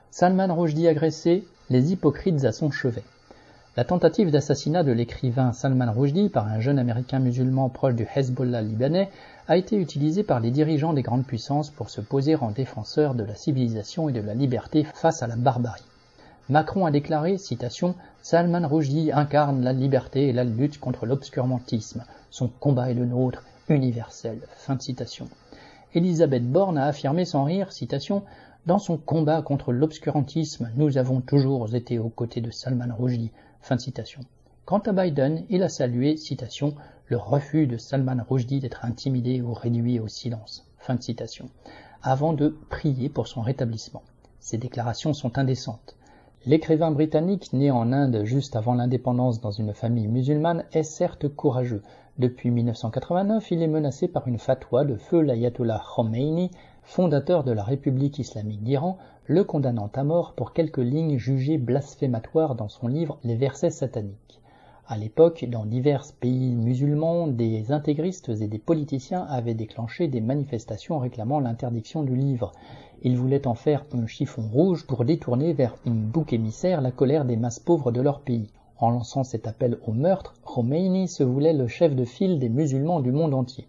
Salman Rushdie agressé, les hypocrites à son chevet. La tentative d'assassinat de l'écrivain Salman Rushdie par un jeune américain musulman proche du Hezbollah libanais a été utilisée par les dirigeants des grandes puissances pour se poser en défenseurs de la civilisation et de la liberté face à la barbarie. Macron a déclaré, citation, « Salman Rushdie incarne la liberté et la lutte contre l'obscurantisme. Son combat est le nôtre, universel. » Fin de citation. Elisabeth Borne a affirmé sans rire, citation, « Dans son combat contre l'obscurantisme, nous avons toujours été aux côtés de Salman Rushdie. » Fin de citation. Quant à Biden, il a salué, citation, « le refus de Salman Rushdie d'être intimidé ou réduit au silence. » Fin de citation. Avant de prier pour son rétablissement. Ces déclarations sont indécentes. L'écrivain britannique, né en Inde juste avant l'indépendance dans une famille musulmane, est certes courageux. Depuis 1989, il est menacé par une fatwa de feu l'ayatollah Khomeini, fondateur de la République islamique d'Iran, le condamnant à mort pour quelques lignes jugées blasphématoires dans son livre « Les versets sataniques ». À l'époque, dans divers pays musulmans, des intégristes et des politiciens avaient déclenché des manifestations réclamant l'interdiction du livre. Ils voulaient en faire un chiffon rouge pour détourner vers un bouc émissaire la colère des masses pauvres de leur pays. En lançant cet appel au meurtre, Khomeini se voulait le chef de file des musulmans du monde entier.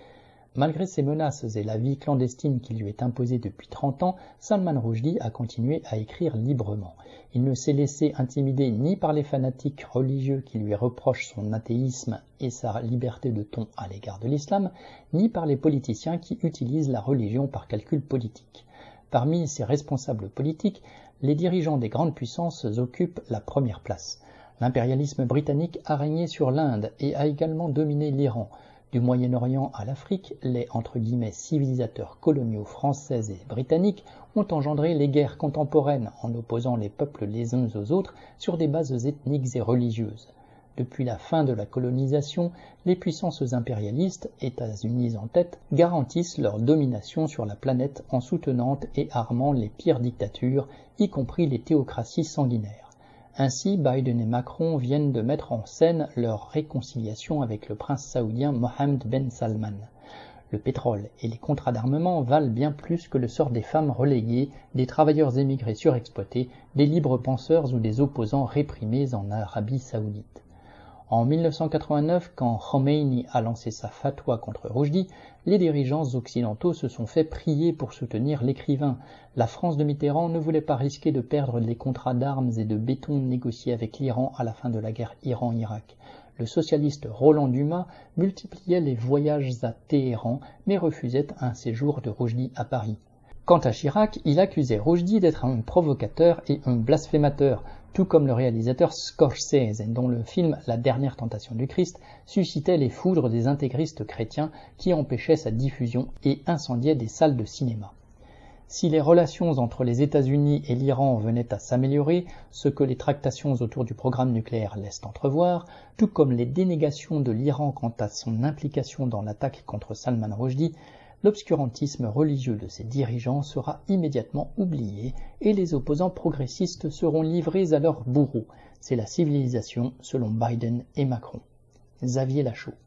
Malgré ces menaces et la vie clandestine qui lui est imposée depuis 30 ans, Salman Rushdie a continué à écrire librement. Il ne s'est laissé intimider ni par les fanatiques religieux qui lui reprochent son athéisme et sa liberté de ton à l'égard de l'islam, ni par les politiciens qui utilisent la religion par calcul politique. Parmi ces responsables politiques, les dirigeants des grandes puissances occupent la première place. L'impérialisme britannique a régné sur l'Inde et a également dominé l'Iran. Du Moyen-Orient à l'Afrique, les « civilisateurs coloniaux français et britanniques ont engendré les guerres contemporaines en opposant les peuples les uns aux autres sur des bases ethniques et religieuses. Depuis la fin de la colonisation, les puissances impérialistes, États-Unis en tête, garantissent leur domination sur la planète en soutenant et armant les pires dictatures, y compris les théocraties sanguinaires. Ainsi, Biden et Macron viennent de mettre en scène leur réconciliation avec le prince saoudien Mohammed Ben Salman. Le pétrole et les contrats d'armement valent bien plus que le sort des femmes reléguées, des travailleurs émigrés surexploités, des libres penseurs ou des opposants réprimés en Arabie saoudite. En 1989, quand Khomeini a lancé sa fatwa contre Rushdie, les dirigeants occidentaux se sont fait prier pour soutenir l'écrivain. La France de Mitterrand ne voulait pas risquer de perdre les contrats d'armes et de béton négociés avec l'Iran à la fin de la guerre Iran-Irak. Le socialiste Roland Dumas multipliait les voyages à Téhéran, mais refusait un séjour de Rushdie à Paris. Quant à Chirac, il accusait Rushdie d'être un provocateur et un blasphémateur, tout comme le réalisateur Scorsese, dont le film « La dernière tentation du Christ » suscitait les foudres des intégristes chrétiens qui empêchaient sa diffusion et incendiaient des salles de cinéma. Si les relations entre les États-Unis et l'Iran venaient à s'améliorer, ce que les tractations autour du programme nucléaire laissent entrevoir, tout comme les dénégations de l'Iran quant à son implication dans l'attaque contre Salman Rushdie, l'obscurantisme religieux de ses dirigeants sera immédiatement oublié et les opposants progressistes seront livrés à leurs bourreaux. C'est la civilisation selon Biden et Macron. Xavier Lachaud.